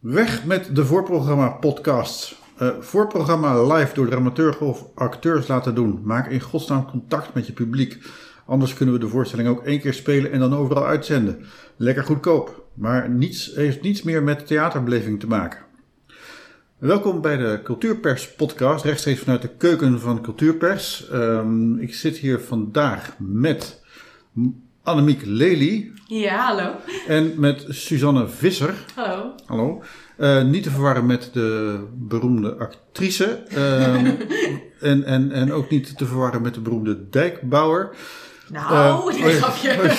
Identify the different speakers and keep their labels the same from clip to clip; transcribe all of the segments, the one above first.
Speaker 1: Weg met de voorprogramma-podcasts. Voorprogramma live door dramaturgen of acteurs laten doen. Maak in godsnaam contact met je publiek. Anders kunnen we de voorstelling ook 1 keer spelen en dan overal uitzenden. Lekker goedkoop, maar heeft niets meer met theaterbeleving te maken. Welkom bij de Cultuurpers podcast, rechtstreeks vanuit de keuken van Cultuurpers. Ik zit hier vandaag met Annemiek Lely.
Speaker 2: Ja, hallo.
Speaker 1: En met Suzanne Visser.
Speaker 2: Hallo.
Speaker 1: Hallo. Niet te verwarren met de beroemde actrice. En ook niet te verwarren met de beroemde dijkbouwer.
Speaker 2: Nou, nee, grapje.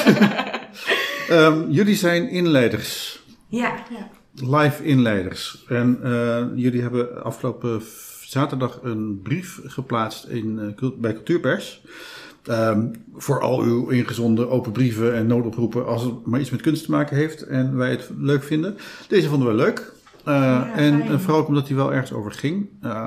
Speaker 1: Jullie zijn inleiders.
Speaker 2: Ja.
Speaker 1: Live inleiders. En jullie hebben afgelopen zaterdag een brief geplaatst bij Cultuurpers. Voor al uw ingezonden open brieven en noodoproepen als het maar iets met kunst te maken heeft en wij het leuk vinden. Deze vonden we leuk. En vooral ook omdat hij wel ergens over ging.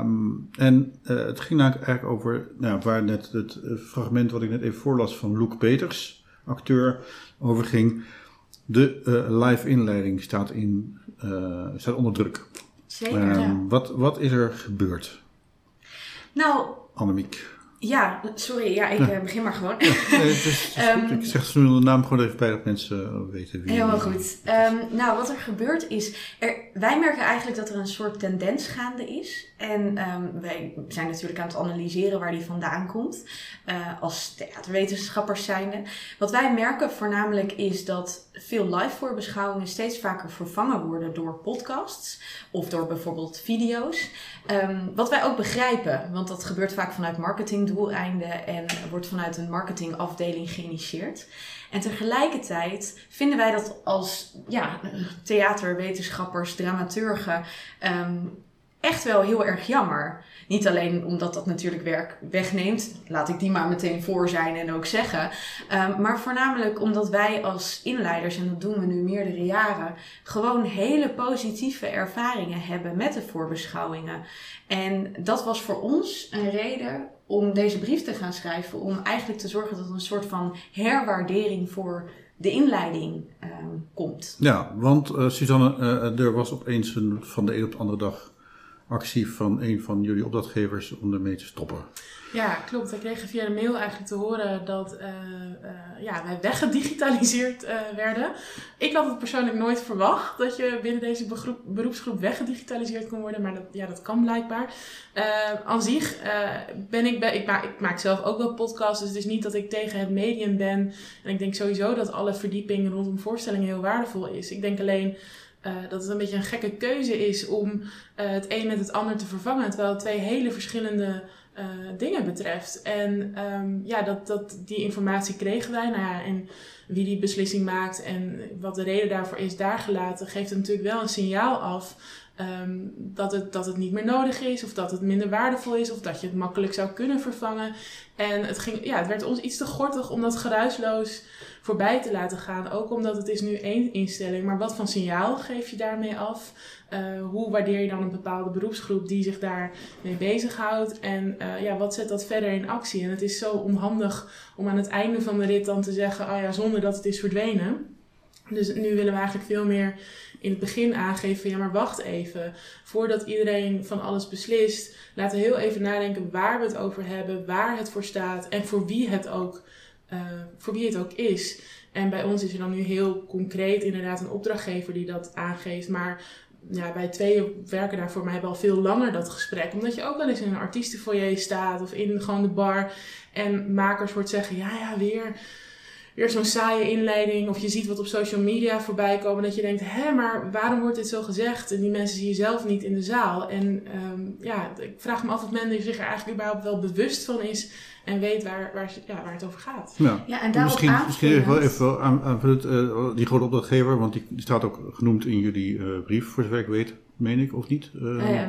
Speaker 1: Het ging eigenlijk over, waar net het fragment wat ik net even voorlas van Loek Peters, acteur, over ging. De live inleiding staat onder druk.
Speaker 2: Zeker,
Speaker 1: Wat is er gebeurd?
Speaker 2: Nou,
Speaker 1: Annemiek.
Speaker 2: Ja, sorry. Ja, ik begin maar gewoon.
Speaker 1: Ja, het is goed. Ik zeg nu de naam gewoon even bij dat mensen weten wie.
Speaker 2: Helemaal goed. Wat er gebeurt is, wij merken eigenlijk dat er een soort tendens gaande is. En wij zijn natuurlijk aan het analyseren waar die vandaan komt. Als theaterwetenschappers zijnde. Wat wij merken voornamelijk is dat veel live voorbeschouwingen steeds vaker vervangen worden door podcasts. Of door bijvoorbeeld video's. Wat wij ook begrijpen, want dat gebeurt vaak vanuit marketingdoeleinden en wordt vanuit een marketingafdeling geïnitieerd. En tegelijkertijd vinden wij dat als theaterwetenschappers, dramaturgen echt wel heel erg jammer. Niet alleen omdat dat natuurlijk werk wegneemt, laat ik die maar meteen voor zijn en ook zeggen. Maar voornamelijk omdat wij als inleiders, en dat doen we nu meerdere jaren, gewoon hele positieve ervaringen hebben met de voorbeschouwingen. En dat was voor ons een reden om deze brief te gaan schrijven, om eigenlijk te zorgen dat er een soort van herwaardering voor de inleiding komt.
Speaker 1: Ja, want Suzanne, er was opeens van de een op de andere dag actie van een van jullie opdrachtgevers om ermee te stoppen.
Speaker 3: Ja, klopt. Wij kregen via de mail eigenlijk te horen dat wij weggedigitaliseerd werden. Ik had het persoonlijk nooit verwacht dat je binnen deze beroepsgroep weggedigitaliseerd kon worden, maar dat kan blijkbaar. Aan zich ik maak zelf ook wel podcasts, dus het is niet dat ik tegen het medium ben. En ik denk sowieso dat alle verdieping rondom voorstellingen heel waardevol is. Ik denk alleen dat het een beetje een gekke keuze is om het een met het ander te vervangen, terwijl het 2 hele verschillende dingen betreft. En die informatie kregen wij. En wie die beslissing maakt en wat de reden daarvoor is daar gelaten, geeft het natuurlijk wel een signaal af dat het niet meer nodig is, of dat het minder waardevol is, of dat je het makkelijk zou kunnen vervangen. En het werd ons iets te gortig om dat geruisloos voorbij te laten gaan. Ook omdat het is nu 1 instelling, maar wat voor signaal geef je daarmee af? Hoe waardeer je dan een bepaalde beroepsgroep die zich daarmee bezighoudt? En wat zet dat verder in actie? En het is zo onhandig om aan het einde van de rit dan te zeggen, zonder dat het is verdwenen. Dus nu willen we eigenlijk veel meer in het begin aangeven, maar wacht even. Voordat iedereen van alles beslist, laten we heel even nadenken waar we het over hebben, waar het voor staat en voor wie het ook is. En bij ons is er dan nu heel concreet inderdaad een opdrachtgever die dat aangeeft, maar wij 2 werken daarvoor, maar hebben al veel langer dat gesprek. Omdat je ook wel eens in een artiestenfoyer staat of in gewoon de bar en makers hoort zeggen, weer zo'n saaie inleiding, of je ziet wat op social media voorbij komen, dat je denkt, maar waarom wordt dit zo gezegd? En die mensen zie je zelf niet in de zaal. En ik vraag me af of men zich er eigenlijk überhaupt wel bewust van is en weet waar het over gaat.
Speaker 2: Ja, en daarop
Speaker 1: misschien wel even aanvullend, die grote opdrachtgever, want die staat ook genoemd in jullie brief, voor zover ik weet, meen ik, of niet?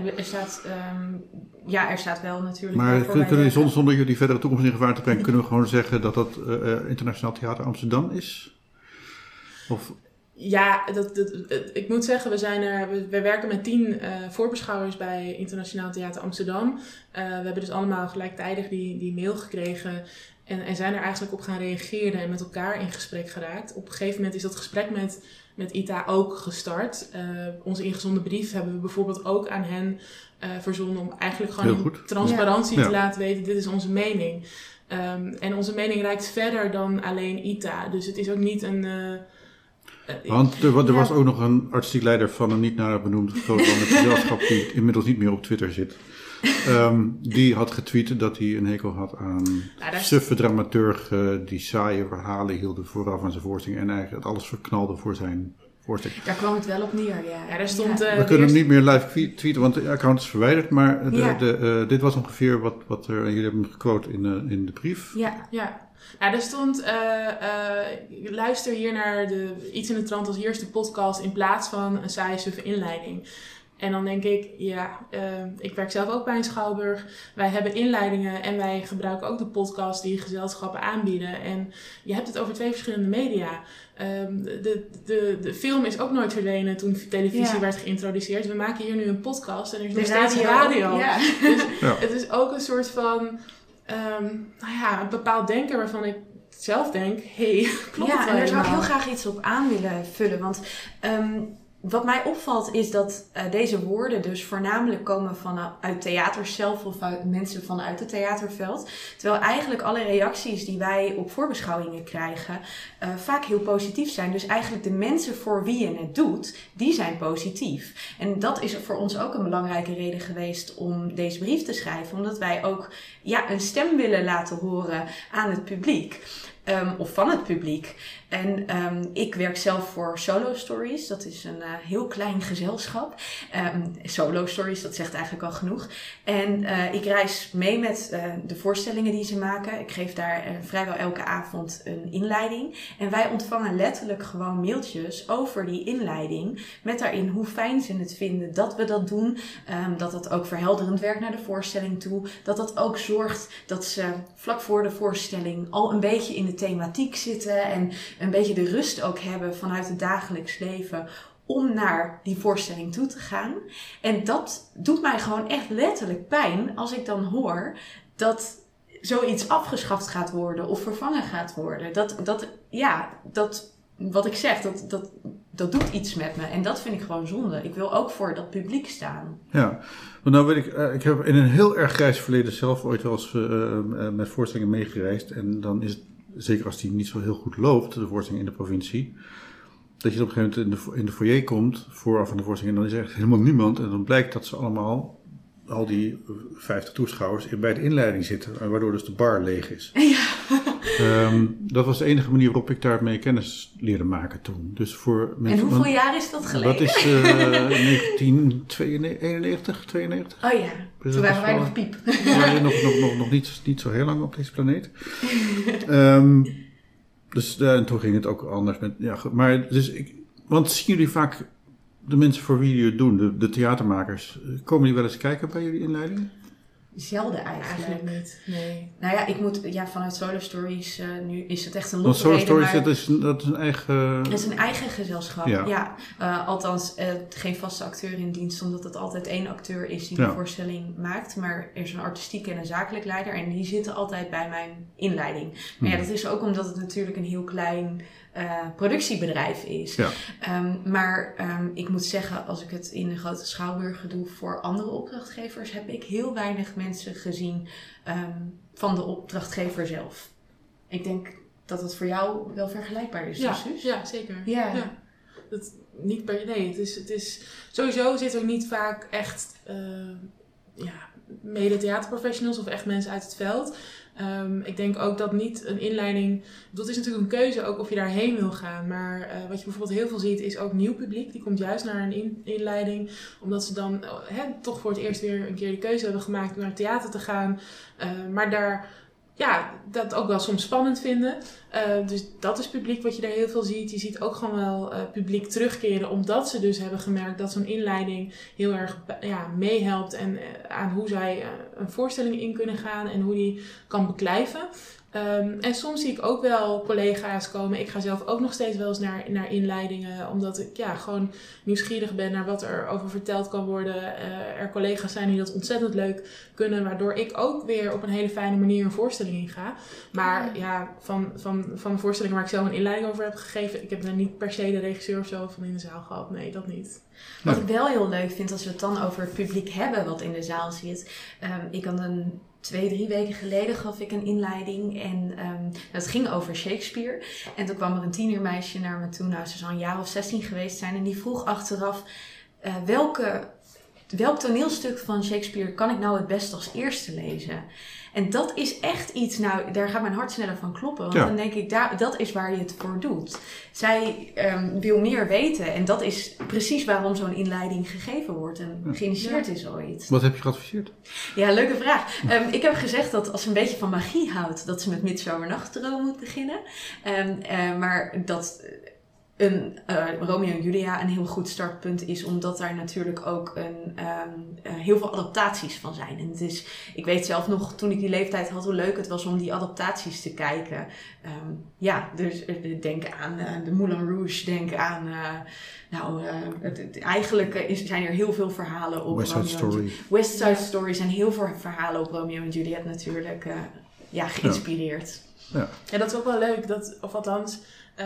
Speaker 2: Er staat wel natuurlijk.
Speaker 1: Maar kunnen we zonder jullie verdere toekomst in gevaar te brengen, kunnen we gewoon zeggen dat dat Internationaal Theater Amsterdam is? Of
Speaker 3: Ja, ik moet zeggen, we werken met 10 voorbeschouwers bij Internationaal Theater Amsterdam. We hebben dus allemaal gelijktijdig die mail gekregen en zijn er eigenlijk op gaan reageren en met elkaar in gesprek geraakt. Op een gegeven moment is dat gesprek met ITA ook gestart. Onze ingezonden brief hebben we bijvoorbeeld ook aan hen verzonden om eigenlijk gewoon in transparantie te laten weten, dit is onze mening. En onze mening reikt verder dan alleen ITA. Dus het is ook niet een...
Speaker 1: Want er was ook nog een artistiek leider van een niet naar benoemd groot gezelschap die inmiddels niet meer op Twitter zit. Die had getweet dat hij een hekel had aan suffe dramaturgen die saaie verhalen hielden vooraf aan zijn voorstelling en eigenlijk alles verknalde voor zijn voorstelling.
Speaker 2: Daar kwam het wel op neer, ja.
Speaker 3: Daar stond,
Speaker 1: we kunnen hem niet meer live tweeten, want de account is verwijderd, maar dit was ongeveer wat jullie hebben gequote in de brief.
Speaker 3: Ja. Nou, er stond, luister hier naar iets in de trant als eerste podcast in plaats van een saaie suffe inleiding. En dan denk ik, ik werk zelf ook bij een schouwburg. Wij hebben inleidingen en wij gebruiken ook de podcast die gezelschappen aanbieden. En je hebt het over 2 verschillende media. De film is ook nooit verdwenen toen televisie werd geïntroduceerd. We maken hier nu een podcast en er is nog steeds radio. Ja. Dus het is ook een soort van... een bepaald denken waarvan ik zelf denk, klopt het wel?
Speaker 2: En daar zou ik heel graag iets op aan willen vullen. Want wat mij opvalt is dat deze woorden dus voornamelijk komen uit theaters zelf of uit mensen vanuit het theaterveld. Terwijl eigenlijk alle reacties die wij op voorbeschouwingen krijgen vaak heel positief zijn. Dus eigenlijk de mensen voor wie je het doet, die zijn positief. En dat is voor ons ook een belangrijke reden geweest om deze brief te schrijven. Omdat wij ook een stem willen laten horen aan het publiek. Of van het publiek. En ik werk zelf voor Solo Stories. Dat is een heel klein gezelschap. Solo Stories, dat zegt eigenlijk al genoeg. En ik reis mee met de voorstellingen die ze maken. Ik geef daar vrijwel elke avond een inleiding. En wij ontvangen letterlijk gewoon mailtjes over die inleiding. Met daarin hoe fijn ze het vinden dat we dat doen. Dat het ook verhelderend werkt naar de voorstelling toe. Dat dat ook zorgt dat ze vlak voor de voorstelling al een beetje in de thematiek zitten. En een beetje de rust ook hebben vanuit het dagelijks leven om naar die voorstelling toe te gaan. En dat doet mij gewoon echt letterlijk pijn als ik dan hoor dat zoiets afgeschaft gaat worden of vervangen gaat worden. Dat wat ik zeg, dat doet iets met me. En dat vind ik gewoon zonde. Ik wil ook voor dat publiek staan. Ja,
Speaker 1: maar nou weet ik heb in een heel erg grijs verleden zelf ooit wel eens met voorstellingen meegereisd. En dan is het, zeker als die niet zo heel goed loopt, de voorstelling in de provincie, dat je op een gegeven moment in de foyer komt, vooraf aan de voorstelling, en dan is er echt helemaal niemand. En dan blijkt dat ze allemaal, al die 50 toeschouwers, bij de inleiding zitten, waardoor dus de bar leeg is. Ja. Dat was de enige manier waarop ik daarmee kennis leerde maken toen. Dus voor mensen,
Speaker 2: en hoeveel jaar is dat geleden?
Speaker 1: Dat is 1991, 92.
Speaker 2: Oh ja, toen waren wij nog piep.
Speaker 1: We waren nog niet zo heel lang op deze planeet. Dus en toen ging het ook anders met. Ja, maar dus want zien jullie vaak de mensen voor wie jullie het doen, de theatermakers, komen die wel eens kijken bij jullie inleidingen?
Speaker 2: Zelden eigenlijk
Speaker 3: niet, nee.
Speaker 2: Nou ja, ik moet, vanuit Solo Stories, nu is het echt een
Speaker 1: lotterij. Solo Stories,
Speaker 2: maar
Speaker 1: dat is een eigen...
Speaker 2: Het is een eigen gezelschap, ja. Althans, geen vaste acteur in dienst, omdat het altijd 1 acteur is die de voorstelling maakt. Maar er is een artistiek en een zakelijk leider en die zitten altijd bij mijn inleiding. Maar ja, dat is ook omdat het natuurlijk een heel klein productiebedrijf is. Ja. Maar ik moet zeggen, als ik het in de grote schouwburgen doe voor andere opdrachtgevers, heb ik heel weinig mensen gezien van de opdrachtgever zelf. Ik denk dat het voor jou wel vergelijkbaar is.
Speaker 3: Ja, zeker. Ja. Dat niet het is sowieso zit er niet vaak echt mede theaterprofessionals of echt mensen uit het veld. Ik denk ook dat niet een inleiding... Dat is natuurlijk een keuze ook of je daarheen wil gaan. Maar wat je bijvoorbeeld heel veel ziet is ook nieuw publiek. Die komt juist naar een inleiding. Omdat ze dan toch voor het eerst weer een keer de keuze hebben gemaakt om naar het theater te gaan. Maar daar dat ook wel soms spannend vinden. Dus dat is publiek wat je daar heel veel ziet. Je ziet ook gewoon wel publiek terugkeren, omdat ze dus hebben gemerkt dat zo'n inleiding heel erg meehelpt en aan hoe zij een voorstelling in kunnen gaan en hoe die kan beklijven. En soms zie ik ook wel collega's komen. Ik ga zelf ook nog steeds wel eens naar inleidingen. Omdat ik gewoon nieuwsgierig ben naar wat er over verteld kan worden. Er collega's zijn die dat ontzettend leuk kunnen. Waardoor ik ook weer op een hele fijne manier een voorstelling in ga. Maar van de voorstellingen waar ik zelf een inleiding over heb gegeven. Ik heb daar niet per se de regisseur of zo van in de zaal gehad. Nee, dat niet.
Speaker 2: Wat ik wel heel leuk vind als we het dan over het publiek hebben wat in de zaal zit. Ik had 2-3 weken geleden gaf ik een inleiding en het ging over Shakespeare. En toen kwam er een tienermeisje naar me toe, ze zou een jaar of 16 geweest zijn. En die vroeg achteraf, welk toneelstuk van Shakespeare kan ik nou het best als eerste lezen? En dat is echt iets, daar gaat mijn hart sneller van kloppen. Want dan denk ik, dat is waar je het voor doet. Zij wil meer weten. En dat is precies waarom zo'n inleiding gegeven wordt en geïnitieerd is zoiets.
Speaker 1: Wat heb je geadviseerd?
Speaker 2: Ja, leuke vraag. Ik heb gezegd dat als ze een beetje van magie houdt, dat ze met Midzomernachtdroom moet beginnen. Maar dat Romeo en Julia een heel goed startpunt is, omdat daar natuurlijk ook heel veel adaptaties van zijn. En ik weet zelf nog, toen ik die leeftijd had, hoe leuk het was om die adaptaties te kijken. Dus denk aan de Moulin Rouge, denk aan... eigenlijk zijn er heel veel verhalen op
Speaker 1: West Side Story.
Speaker 2: West Side Story zijn heel veel verhalen op Romeo en Juliet natuurlijk geïnspireerd.
Speaker 3: Ja, dat is ook wel leuk. Of althans...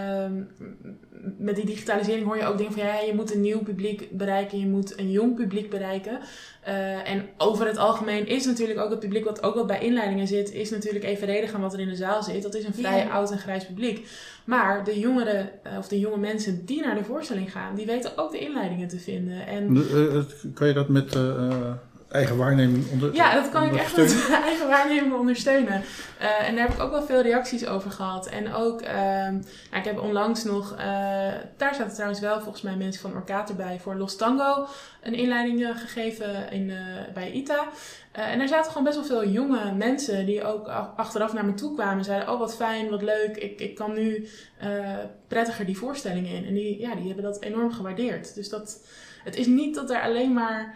Speaker 3: met die digitalisering hoor je ook dingen van je moet een nieuw publiek bereiken, je moet een jong publiek bereiken. En over het algemeen is natuurlijk ook het publiek wat ook wel bij inleidingen zit, is natuurlijk evenredig aan wat er in de zaal zit. Dat is een vrij oud en grijs publiek. Maar de jongeren of de jonge mensen die naar de voorstelling gaan, die weten ook de inleidingen te vinden. En
Speaker 1: kan je dat met eigen waarneming ondersteunen?
Speaker 3: Ja, dat kan ik echt met eigen waarneming ondersteunen. En daar heb ik ook wel veel reacties over gehad. En ook, ik heb onlangs nog, daar zaten trouwens wel volgens mij mensen van Orkater bij voor Los Tango een inleiding gegeven bij ITA. En daar zaten gewoon best wel veel jonge mensen die ook achteraf naar me toe kwamen en zeiden, wat fijn, wat leuk, ik kan nu prettiger die voorstelling in. En die hebben dat enorm gewaardeerd. Dus het is niet dat er alleen maar...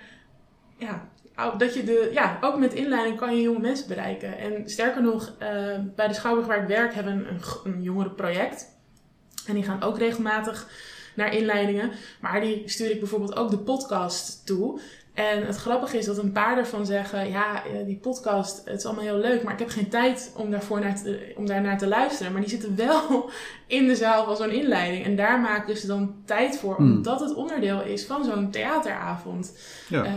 Speaker 3: dat je ook met inleiding kan je jonge mensen bereiken. En sterker nog, bij de Schouwburg waar ik werk hebben we een jongerenproject. En die gaan ook regelmatig naar inleidingen. Maar die stuur ik bijvoorbeeld ook de podcast toe. En het grappige is dat een paar daarvan zeggen, die podcast, het is allemaal heel leuk, maar ik heb geen tijd om daarnaar te luisteren. Maar die zitten wel in de zaal van zo'n inleiding. En daar maken ze dan tijd voor, omdat het onderdeel is van zo'n theateravond. Ja.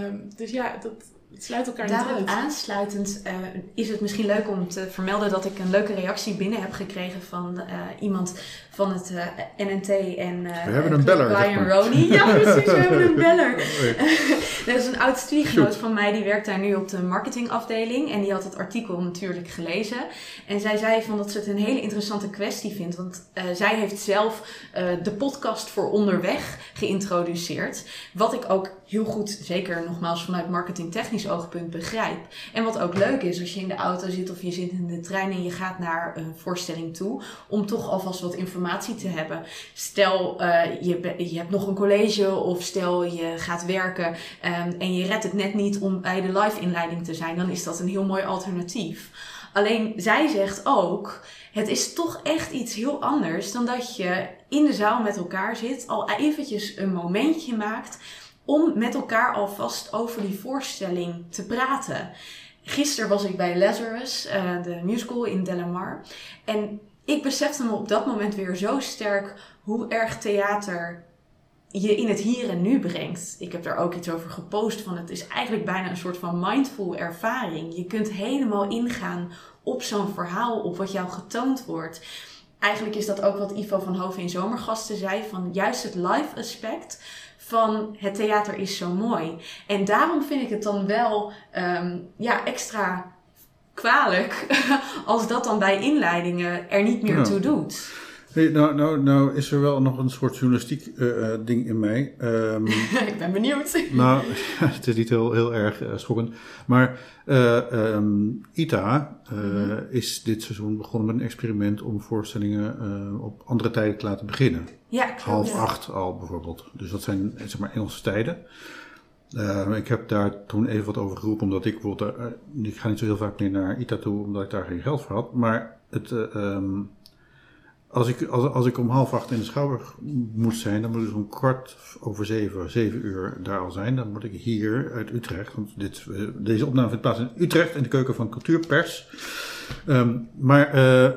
Speaker 3: Het sluit elkaar niet uit.
Speaker 2: Daarop aansluitend is het misschien leuk om te vermelden dat ik een leuke reactie binnen heb gekregen van iemand van het NNT en
Speaker 1: we hebben een beller,
Speaker 2: Brian Roney. Ja, precies, we hebben een beller. Dat is een oud studiegenoot van mij, die werkt daar nu op de marketingafdeling en die had het artikel natuurlijk gelezen. En zij zei dat ze het een hele interessante kwestie vindt, want zij heeft zelf de podcast voor onderweg geïntroduceerd. Wat ik ook heel goed, zeker nogmaals vanuit marketingtechnisch oogpunt, begrijp. En wat ook leuk is, als je in de auto zit of je zit in de trein en je gaat naar een voorstelling toe, om toch alvast wat informatie te hebben. Stel, je hebt nog een college of stel je gaat werken en je redt het net niet om bij de live inleiding te zijn, dan is dat een heel mooi alternatief. Alleen, zij zegt ook, het is toch echt iets heel anders dan dat je in de zaal met elkaar zit, al eventjes een momentje maakt om met elkaar alvast over die voorstelling te praten. Gisteren was ik bij Lazarus, de musical in Delamar. En ik besefte me op dat moment weer zo sterk hoe erg theater je in het hier en nu brengt. Ik heb daar ook iets over gepost van. Het is eigenlijk bijna een soort van mindful ervaring. Je kunt helemaal ingaan op zo'n verhaal, op wat jou getoond wordt. Eigenlijk is dat ook wat Ivo van Hoven in Zomergasten zei, van juist het live aspect van het theater is zo mooi. En daarom vind ik het dan wel extra kwalijk als dat dan bij inleidingen er niet meer toe doet.
Speaker 1: Hey, nou is er wel nog een soort journalistiek ding in mij.
Speaker 2: Ik ben benieuwd.
Speaker 1: Nou, het is niet heel erg schokkend. Maar ITA is dit seizoen begonnen met een experiment om voorstellingen op andere tijden te laten beginnen.
Speaker 2: Ja, klopt.
Speaker 1: 7:30 al bijvoorbeeld. Dus dat zijn zeg maar Engelse tijden. Ik heb daar toen even wat over geroepen, omdat ik bijvoorbeeld, ik ga niet zo heel vaak meer naar ITA toe, omdat ik daar geen geld voor had. Maar als ik om 7:30 in de Schouwburg moet zijn, dan moet ik om 7:15 daar al zijn. Dan moet ik hier uit Utrecht, want deze opname vindt plaats in Utrecht in de keuken van Cultuurpers. Maar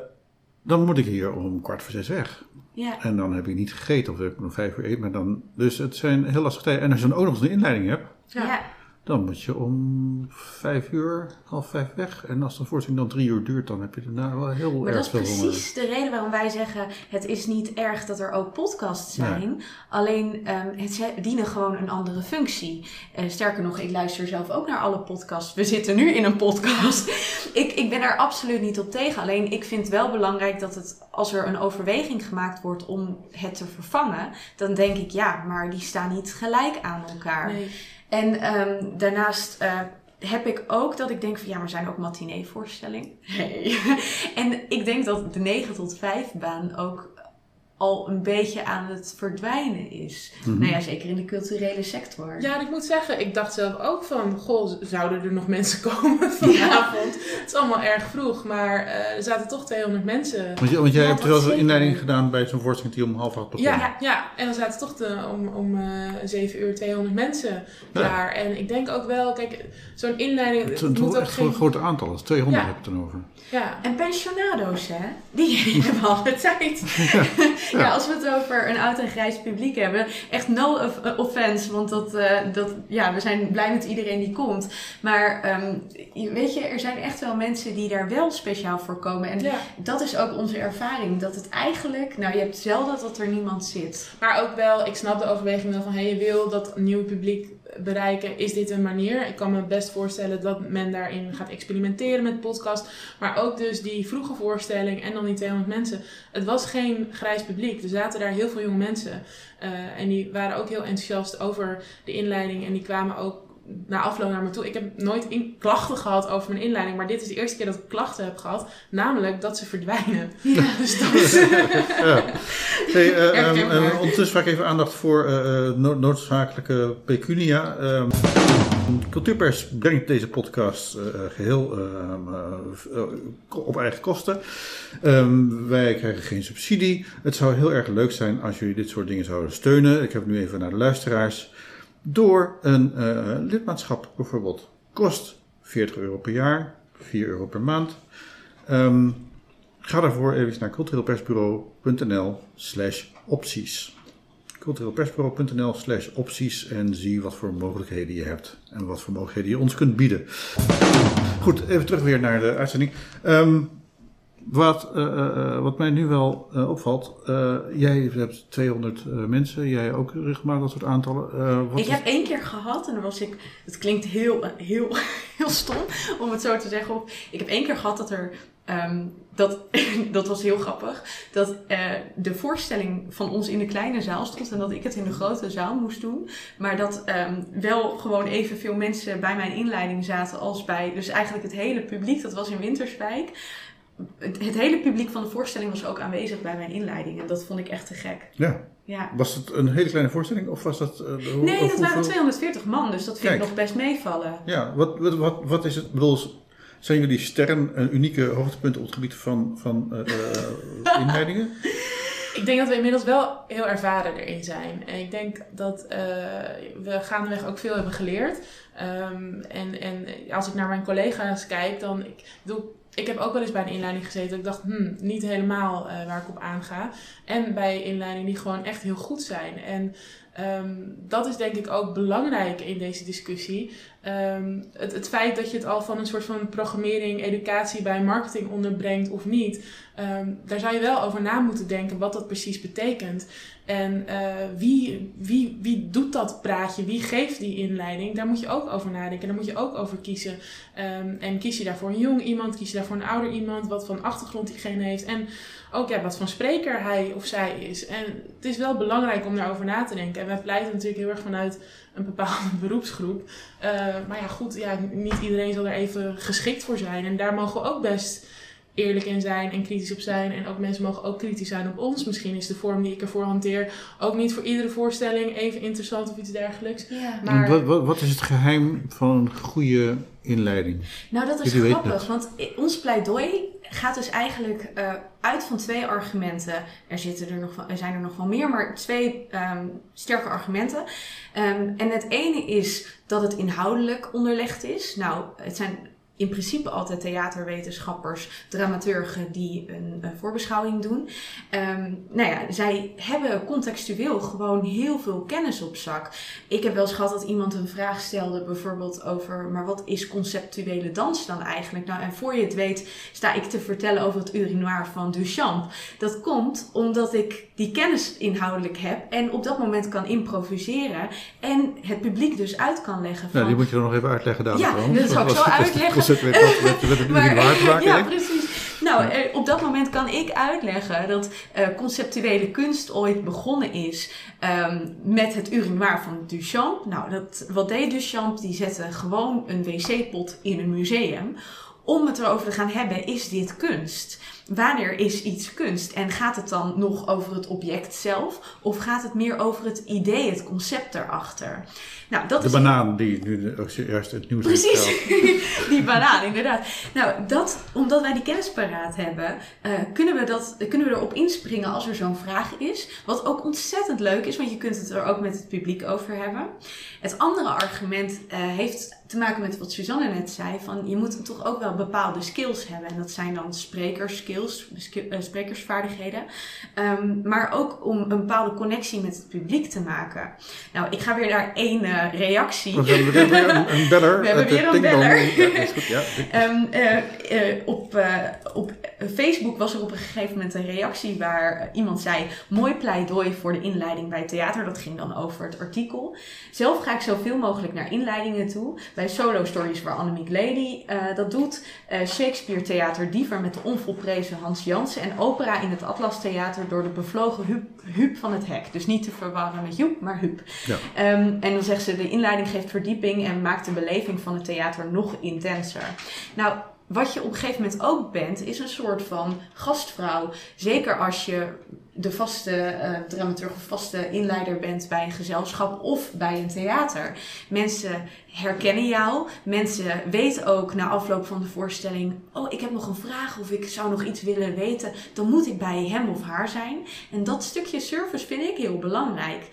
Speaker 1: dan moet ik hier om 5:15 weg.
Speaker 2: Ja.
Speaker 1: En dan heb ik niet gegeten of heb ik om 5:00 eten. Maar dan, dus het zijn heel lastige tijden. En als je dan ook nog eens een inleiding hebt, dan moet je om 5:00, 4:30 weg. En als de voorstelling dan 3 uur duurt, dan heb je daarna wel heel erg veel.
Speaker 2: Maar dat is precies de reden waarom wij zeggen, het is niet erg dat er ook podcasts zijn. Nee. Alleen, het dienen gewoon een andere functie. Sterker nog, ik luister zelf ook naar alle podcasts. We zitten nu in een podcast. Ik ben er absoluut niet op tegen. Alleen, ik vind wel belangrijk dat het, als er een overweging gemaakt wordt om het te vervangen, dan denk ik, ja, maar die staan niet gelijk aan elkaar. Nee. En daarnaast heb ik ook dat ik denk van, ja, maar zijn ook matinee-voorstellingen? Hey. En ik denk dat de 9 tot 5 baan ook al een beetje aan het verdwijnen is. Mm-hmm. Nou ja, zeker in de culturele sector.
Speaker 3: Ja, en ik moet zeggen, ik dacht zelf ook van, goh, zouden er nog mensen komen vanavond? Ja. Het is allemaal erg vroeg, maar er zaten toch 200 mensen.
Speaker 1: Want jij hebt wel eens een inleiding gedaan bij zo'n voorstelling die om 7:30 begon.
Speaker 3: Ja, en dan zaten toch om 7 uur 200 mensen klaar. En ik denk ook wel, kijk, zo'n inleiding...
Speaker 1: Het moet ook echt geen... een groot aantal, dat is 200 heb je het dan over.
Speaker 3: Ja.
Speaker 2: En pensionado's, hè? Die hebben alle tijd. Ja, als we het over een oud en grijs publiek hebben, echt no offense, want we zijn blij met iedereen die komt. Maar weet je, er zijn echt wel mensen die daar wel speciaal voor komen. En dat is ook onze ervaring, dat het eigenlijk, je hebt zelden dat er niemand zit.
Speaker 3: Maar ook wel, ik snap de overweging wel van, je wil dat nieuwe publiek bereiken, is dit een manier? Ik kan me best voorstellen dat men daarin gaat experimenteren met podcast, maar ook dus die vroege voorstelling en dan die 200 mensen. Het was geen grijs publiek, er zaten daar heel veel jonge mensen en die waren ook heel enthousiast over de inleiding en die kwamen ook na afloop naar me toe. Ik heb nooit klachten gehad over mijn inleiding, maar dit is de eerste keer dat ik klachten heb gehad, namelijk dat ze verdwijnen. Ja. Dus dat is...
Speaker 1: Ondertussen vraag ik even aandacht voor noodzakelijke pecunia. Cultuurpers brengt deze podcast geheel op eigen kosten. Wij krijgen geen subsidie. Het zou heel erg leuk zijn als jullie dit soort dingen zouden steunen. Ik heb nu even naar de luisteraars. Door een lidmaatschap bijvoorbeeld. Kost €40 per jaar, €4 per maand. Ga daarvoor even naar cultureelpersbureau.nl/opties. cultureelpersbureau.nl/opties en zie wat voor mogelijkheden je hebt. En wat voor mogelijkheden je ons kunt bieden. Goed, even terug weer naar de uitzending. Wat mij nu wel opvalt, jij hebt 200 mensen, jij ook regelmatig dat soort aantallen.
Speaker 2: Ik heb 1 keer gehad en dan was ik, het klinkt heel stom om het zo te zeggen. Ik heb 1 keer gehad dat er, dat was heel grappig, dat de voorstelling van ons in de kleine zaal stond en dat ik het in de grote zaal moest doen. Maar dat wel gewoon evenveel mensen bij mijn inleiding zaten als bij, dus eigenlijk het hele publiek, dat was in Winterswijk. Het hele publiek van de voorstelling was ook aanwezig bij mijn inleiding. En dat vond ik echt te gek.
Speaker 1: Ja. Was het een hele kleine voorstelling? Of was dat...
Speaker 2: Nee, dat waren 240 man. Dus dat vind ik nog best meevallen.
Speaker 1: Ja, wat is het? Ik bedoel, zijn jullie sterren een unieke hoogtepunten op het gebied van inleidingen?
Speaker 3: Ik denk dat we inmiddels wel heel ervaren erin zijn. En ik denk dat we gaandeweg ook veel hebben geleerd. En als ik naar mijn collega's kijk, dan... Ik heb ook wel eens bij een inleiding gezeten dat ik dacht, niet helemaal waar ik op aanga. En bij inleidingen die gewoon echt heel goed zijn. En Dat is denk ik ook belangrijk in deze discussie. Het feit dat je het al van een soort van programmering, educatie bij marketing onderbrengt of niet. Daar zou je wel over na moeten denken wat dat precies betekent. En wie doet dat praatje? Wie geeft die inleiding? Daar moet je ook over nadenken. Daar moet je ook over kiezen. En kies je daarvoor een jong iemand? Kies je daarvoor een ouder iemand? Wat voor achtergrond diegene heeft? En ook wat voor spreker hij of zij is. En het is wel belangrijk om daarover na te denken. En wij pleiten natuurlijk heel erg vanuit een bepaalde beroepsgroep. Maar niet iedereen zal er even geschikt voor zijn. En daar mogen we ook best eerlijk in zijn en kritisch op zijn. En ook mensen mogen ook kritisch zijn op ons. Misschien is de vorm die ik ervoor hanteer ook niet voor iedere voorstelling even interessant of iets dergelijks.
Speaker 2: Ja.
Speaker 1: Maar wat is het geheim van een goede inleiding?
Speaker 2: Nou, dat is grappig, want ons pleidooi gaat dus eigenlijk uit van 2 argumenten. Er zijn er nog wel meer, maar 2 sterke argumenten. En het ene is dat het inhoudelijk onderlegd is. Nou, het zijn in principe altijd theaterwetenschappers, dramaturgen die een voorbeschouwing doen. Zij hebben contextueel gewoon heel veel kennis op zak. Ik heb wel eens gehad dat iemand een vraag stelde bijvoorbeeld over, maar wat is conceptuele dans dan eigenlijk? Nou, en voor je het weet sta ik te vertellen over het urinoir van Duchamp. Dat komt omdat ik die kennis inhoudelijk heb en op dat moment kan improviseren en het publiek dus uit kan leggen van...
Speaker 1: Nou, die moet je dan nog even uitleggen dadelijk.
Speaker 2: Ja, dat zal ik zo uitleggen.
Speaker 1: Met een urinoir te maken.
Speaker 2: Ja, precies. Nou, op dat moment kan ik uitleggen dat conceptuele kunst ooit begonnen is met het urinoir van Duchamp. Nou, wat deed Duchamp? Die zette gewoon een wc-pot in een museum. Om het erover te gaan hebben, is dit kunst? Wanneer is iets kunst? En gaat het dan nog over het object zelf? Of gaat het meer over het idee, het concept erachter? Nou, dat is
Speaker 1: banaan die nu juist het nieuws heeft.
Speaker 2: Precies, die banaan, inderdaad. Nou, omdat wij die kennis paraat hebben, kunnen we erop inspringen als er zo'n vraag is. Wat ook ontzettend leuk is, want je kunt het er ook met het publiek over hebben. Het andere argument heeft te maken met wat Suzanne net zei, van je moet toch ook wel bepaalde skills hebben. En dat zijn dan sprekersvaardigheden. Maar ook om een bepaalde connectie met het publiek te maken. Nou, ik ga weer naar 1 reactie.
Speaker 1: We hebben weer een beller.
Speaker 2: We hebben weer een beller.
Speaker 1: Ja, is goed, ja.
Speaker 2: Op Facebook was er op een gegeven moment een reactie waar iemand zei, mooi pleidooi voor de inleiding bij theater. Dat ging dan over het artikel. Zelf ga ik zoveel mogelijk naar inleidingen toe. Bij Solo Stories, waar Annemiek Lely dat doet. Shakespeare Theater Diever met de onvolprezen Hans Jansen. En opera in het Atlas Theater door de bevlogen Huub van het Hek. Dus niet te verwarren met Joep, maar Huub. Ja. En dan zegt ze, de inleiding geeft verdieping en maakt de beleving van het theater nog intenser. Nou, wat je op een gegeven moment ook bent, is een soort van gastvrouw. Zeker als je de vaste dramaturg of vaste inleider bent bij een gezelschap of bij een theater. Mensen herkennen jou. Mensen weten ook na afloop van de voorstelling, oh, ik heb nog een vraag of ik zou nog iets willen weten. Dan moet ik bij hem of haar zijn. En dat stukje service vind ik heel belangrijk.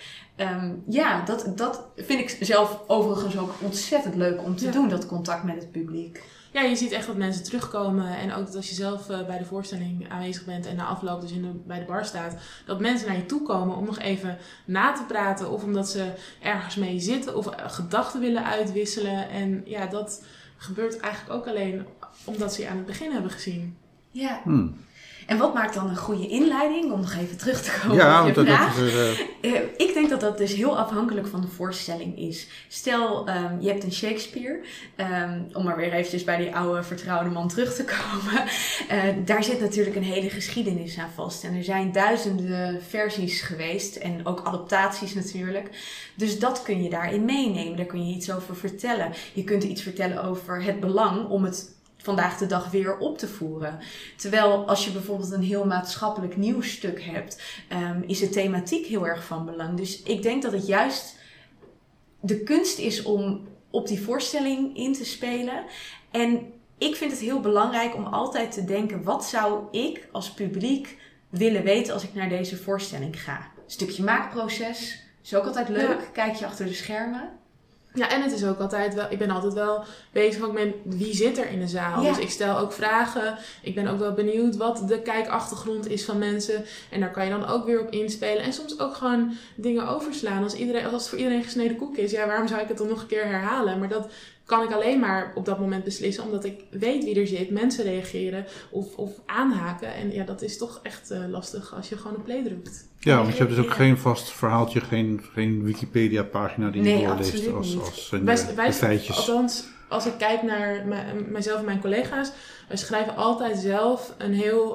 Speaker 2: Dat vind ik zelf overigens ook ontzettend leuk om te doen, dat contact met het publiek.
Speaker 3: Ja, je ziet echt dat mensen terugkomen en ook dat als je zelf bij de voorstelling aanwezig bent en na afloop dus bij de bar staat, dat mensen naar je toe komen om nog even na te praten of omdat ze ergens mee zitten of gedachten willen uitwisselen. En ja, dat gebeurt eigenlijk ook alleen omdat ze je aan het begin hebben gezien.
Speaker 2: Ja. En wat maakt dan een goede inleiding? Om nog even terug te komen op je vraag. Ik denk dat dat dus heel afhankelijk van de voorstelling is. Stel, je hebt een Shakespeare. Om maar weer eventjes bij die oude vertrouwde man terug te komen. Daar zit natuurlijk een hele geschiedenis aan vast. En er zijn duizenden versies geweest. En ook adaptaties natuurlijk. Dus dat kun je daarin meenemen. Daar kun je iets over vertellen. Je kunt iets vertellen over het belang om het vandaag de dag weer op te voeren. Terwijl als je bijvoorbeeld een heel maatschappelijk nieuwsstuk hebt, is de thematiek heel erg van belang. Dus ik denk dat het juist de kunst is om op die voorstelling in te spelen. En ik vind het heel belangrijk om altijd te denken, wat zou ik als publiek willen weten als ik naar deze voorstelling ga? Een stukje maakproces is ook altijd leuk. Ja. Kijk je achter de schermen.
Speaker 3: Ja, en het is ook altijd wel, ik ben altijd wel bezig ook met wie zit er in de zaal.
Speaker 2: Ja.
Speaker 3: Dus ik stel ook vragen. Ik ben ook wel benieuwd wat de kijkachtergrond is van mensen. En daar kan je dan ook weer op inspelen. En soms ook gewoon dingen overslaan. Als het voor iedereen gesneden koek is, waarom zou ik het dan nog een keer herhalen? Maar dat kan ik alleen maar op dat moment beslissen, omdat ik weet wie er zit, mensen reageren of aanhaken. En ja, dat is toch echt lastig als je gewoon op play drukt.
Speaker 1: Ja, want je hebt dus ook geen vast verhaaltje, geen Wikipedia-pagina die je doorleest als de feitjes.
Speaker 3: Althans, als ik kijk naar mijzelf en mijn collega's, wij schrijven altijd zelf een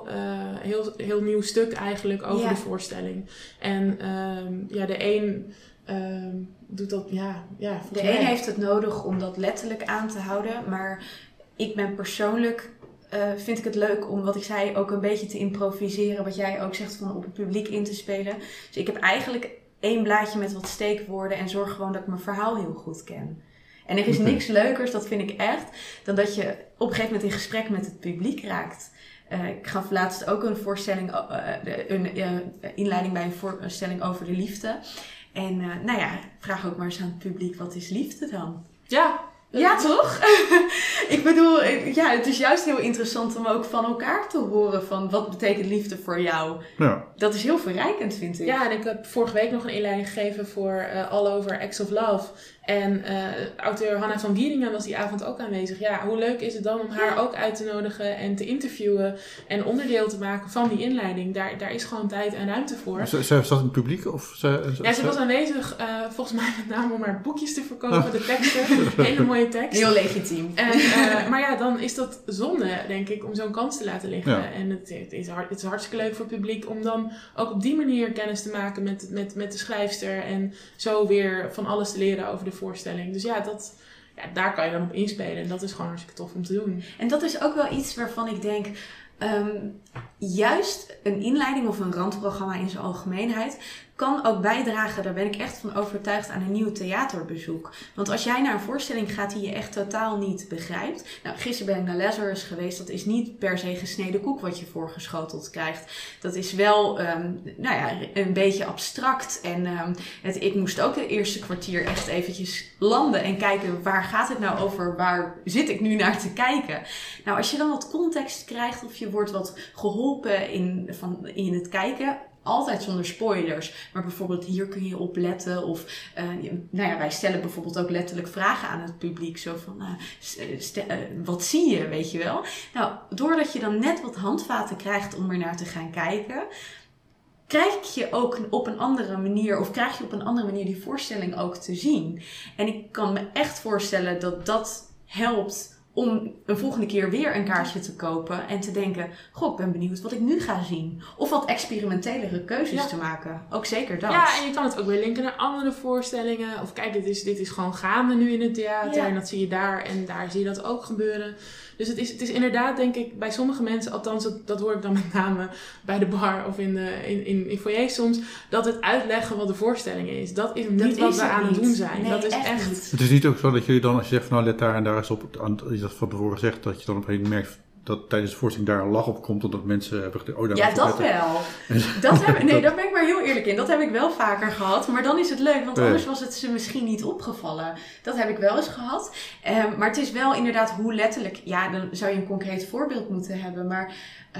Speaker 3: heel nieuw stuk eigenlijk over de voorstelling. En de een doet dat,
Speaker 2: de een heeft het nodig om dat letterlijk aan te houden, maar ik ben persoonlijk vind ik het leuk om, wat ik zei, ook een beetje te improviseren. Wat jij ook zegt, van op het publiek in te spelen. Dus ik heb eigenlijk 1 blaadje met wat steekwoorden en zorg gewoon dat ik mijn verhaal heel goed ken. En er is niks leukers, dat vind ik echt, dan dat je op een gegeven moment in gesprek met het publiek raakt. Ik gaf laatst ook een voorstelling, een inleiding bij een voorstelling over de liefde. En vraag ook maar eens aan het publiek, wat is liefde dan? Ja, toch? Ik bedoel, het is juist heel interessant om ook van elkaar te horen van wat betekent liefde voor jou. Ja. Dat is heel verrijkend, vind ik.
Speaker 3: Ja, en ik heb vorige week nog een inleiding gegeven voor All Over Acts of Love. En auteur Hanna van Wieringen was die avond ook aanwezig. Ja, hoe leuk is het dan om haar ook uit te nodigen en te interviewen en onderdeel te maken van die inleiding. Daar is gewoon tijd en ruimte voor.
Speaker 1: Ze zat in het publiek?
Speaker 3: Ze was aanwezig, volgens mij met name om haar boekjes te verkopen, de teksten. Hele mooie tekst.
Speaker 2: Heel legitiem.
Speaker 3: En, maar dan is dat zonde, denk ik, om zo'n kans te laten liggen. Ja. En het is hartstikke leuk voor het publiek om dan ook op die manier kennis te maken met de schrijfster en zo weer van alles te leren over de voorstelling. Dus daar kan je dan op inspelen. En dat is gewoon hartstikke tof om te doen.
Speaker 2: En dat is ook wel iets waarvan ik denk, juist een inleiding of een randprogramma in zijn algemeenheid kan ook bijdragen, daar ben ik echt van overtuigd, aan een nieuw theaterbezoek. Want als jij naar een voorstelling gaat die je echt totaal niet begrijpt. Nou, gisteren ben ik naar Lazarus geweest. Dat is niet per se gesneden koek wat je voorgeschoteld krijgt. Dat is wel een beetje abstract. En ik moest ook de eerste kwartier echt eventjes landen en kijken, waar gaat het nou over? Waar zit ik nu naar te kijken? Nou, als je dan wat context krijgt of je wordt wat geholpen in het kijken, altijd zonder spoilers. Maar bijvoorbeeld hier kun je op letten. Of wij stellen bijvoorbeeld ook letterlijk vragen aan het publiek. Zo van, wat zie je, weet je wel? Nou, doordat je dan net wat handvaten krijgt om er naar te gaan kijken, krijg je op een andere manier die voorstelling ook te zien. En ik kan me echt voorstellen dat dat helpt om een volgende keer weer een kaartje te kopen en te denken, ik ben benieuwd wat ik nu ga zien. Of wat experimentelere keuzes te maken. Ook zeker dat.
Speaker 3: Ja, en je kan het ook weer linken naar andere voorstellingen. Of kijk, dit is gewoon gaande nu in het theater. Ja. En dat zie je daar en daar zie je dat ook gebeuren. Dus het is inderdaad, denk ik, bij sommige mensen, althans dat hoor ik dan met name bij de bar of in foyer soms, dat het uitleggen wat de voorstelling is. Dat is niet wat we aan het doen zijn.
Speaker 2: Nee,
Speaker 3: dat is echt.
Speaker 1: Het is niet ook zo dat jullie dan, als je zegt van let daar en daar eens op, als je dat van tevoren zegt, dat je dan op een gegeven moment merkt dat tijdens de voorstelling daar een lach op komt, omdat mensen hebben gedacht,
Speaker 2: ja, dat wel. Daar ben ik maar heel eerlijk in. Dat heb ik wel vaker gehad. Maar dan is het leuk, want anders was het ze misschien niet opgevallen. Dat heb ik wel eens gehad. Maar het is wel inderdaad hoe letterlijk, dan zou je een concreet voorbeeld moeten hebben. Maar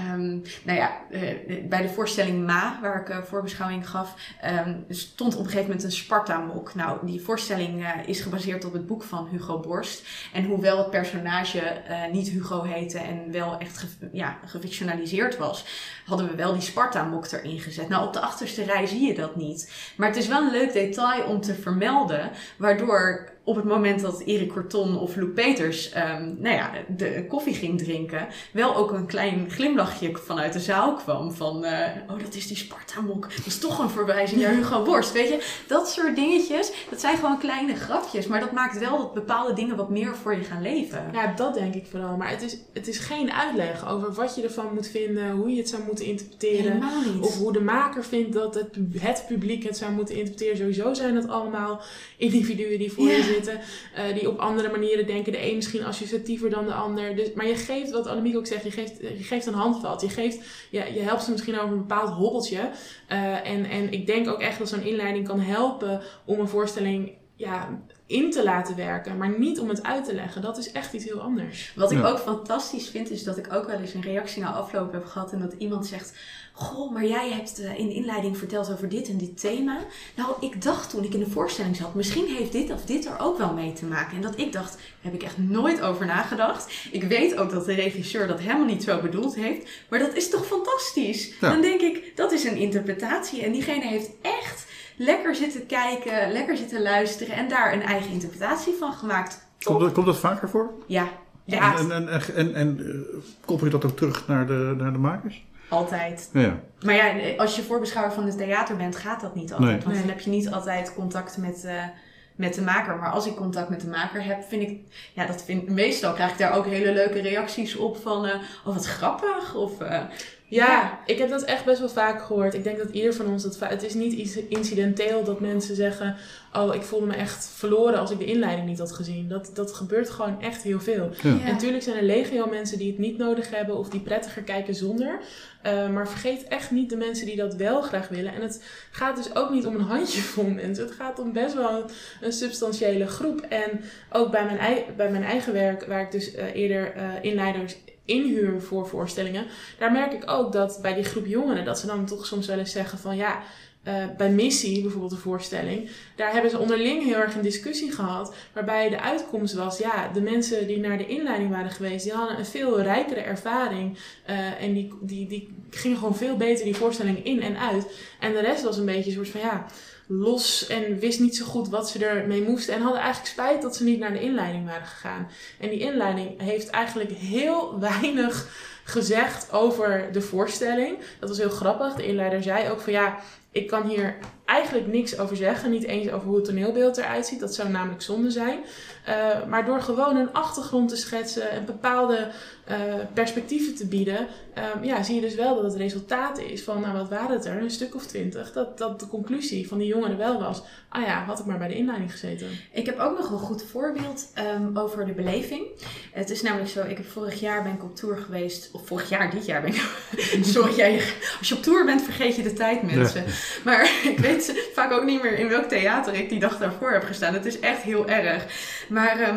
Speaker 2: bij de voorstelling Ma, waar ik voorbeschouwing gaf, stond op een gegeven moment een Sparta-mok. Nou, die voorstelling is gebaseerd op het boek van Hugo Borst. En hoewel het personage niet Hugo heette en wel echt gefictionaliseerd was, hadden we wel die Sparta-mok erin gezet. Nou, op de achterste rij zie je dat niet. Maar het is wel een leuk detail om te vermelden, waardoor op het moment dat Erik Corton of Loek Peters de koffie ging drinken, wel ook een klein glimlachje vanuit de zaal kwam van, dat is die Sparta-mok. Dat is toch een verwijzing naar Hugo Borst, weet je. Dat soort dingetjes, dat zijn gewoon kleine grapjes, maar dat maakt wel dat bepaalde dingen wat meer voor je gaan leven.
Speaker 3: Ja, dat denk ik vooral. Maar het is geen uitleg over wat je ervan moet vinden, hoe je het zou moeten interpreteren.
Speaker 2: Helemaal niet.
Speaker 3: Of hoe de maker vindt dat het publiek het zou moeten interpreteren. Sowieso zijn dat allemaal individuen die voor je zitten. Die op andere manieren denken. De een misschien associatiever dan de ander. Dus, maar je geeft, wat Annemiek ook zegt, je geeft een handvat. Je helpt ze misschien over een bepaald hobbeltje. En ik denk ook echt dat zo'n inleiding kan helpen om een voorstelling in te laten werken, maar niet om het uit te leggen. Dat is echt iets heel anders.
Speaker 2: Wat ik ook fantastisch vind, is dat ik ook wel eens een reactie na afloop heb gehad en dat iemand zegt, goh, maar jij hebt in de inleiding verteld over dit en dit thema. Nou, ik dacht toen ik in de voorstelling zat, misschien heeft dit of dit er ook wel mee te maken. En dat ik dacht, heb ik echt nooit over nagedacht. Ik weet ook dat de regisseur dat helemaal niet zo bedoeld heeft, maar dat is toch fantastisch? Ja. Dan denk ik, dat is een interpretatie en diegene heeft echt lekker zitten kijken, lekker zitten luisteren en daar een eigen interpretatie van gemaakt.
Speaker 1: Komt dat vaker voor?
Speaker 2: Ja.
Speaker 1: En koppel je dat ook terug naar de makers?
Speaker 2: Altijd.
Speaker 1: Ja.
Speaker 2: Maar ja, als je voorbeschouwer van het theater bent, gaat dat niet altijd. Want dan heb je niet altijd contact met de maker. Maar als ik contact met de maker heb, meestal krijg ik daar ook hele leuke reacties op van, wat grappig. Of,
Speaker 3: Ja, ik heb dat echt best wel vaak gehoord. Ik denk dat ieder van ons het is niet iets incidenteel dat mensen zeggen, oh, ik voelde me echt verloren als ik de inleiding niet had gezien. Dat gebeurt gewoon echt heel veel. Ja. En natuurlijk zijn er legio mensen die het niet nodig hebben of die prettiger kijken zonder. Maar vergeet echt niet de mensen die dat wel graag willen. En het gaat dus ook niet om een handjevol mensen. Het gaat om best wel een substantiële groep. En ook bij mijn eigen werk, waar ik dus eerder inleiders inhuur voor voorstellingen, daar merk ik ook dat bij die groep jongeren, dat ze dan toch soms wel eens zeggen van bij Missie, bijvoorbeeld de voorstelling, daar hebben ze onderling heel erg een discussie gehad, waarbij de uitkomst was, de mensen die naar de inleiding waren geweest, die hadden een veel rijkere ervaring en die gingen gewoon veel beter die voorstelling in en uit. En de rest was een beetje een soort van, los en wist niet zo goed wat ze ermee moesten en hadden eigenlijk spijt dat ze niet naar de inleiding waren gegaan. En die inleiding heeft eigenlijk heel weinig gezegd over de voorstelling. Dat was heel grappig. De inleider zei ook van ik kan hier eigenlijk niks over zeggen. Niet eens over hoe het toneelbeeld eruit ziet. Dat zou namelijk zonde zijn. Maar door gewoon een achtergrond te schetsen en bepaalde perspectieven te bieden, zie je dus wel dat het resultaat is van, wat waren het er? Een stuk of 20. Dat de conclusie van die jongeren wel was, had ik maar bij de inleiding gezeten. Ik
Speaker 2: heb ook nog een goed voorbeeld over de beleving. Het is namelijk zo, ik heb vorig jaar op tour geweest, of dit jaar ben ik sorry, als je op tour bent vergeet je de tijd, mensen. Ja. Maar ik weet vaak ook niet meer in welk theater ik die dag daarvoor heb gestaan. Het is echt heel erg. Maar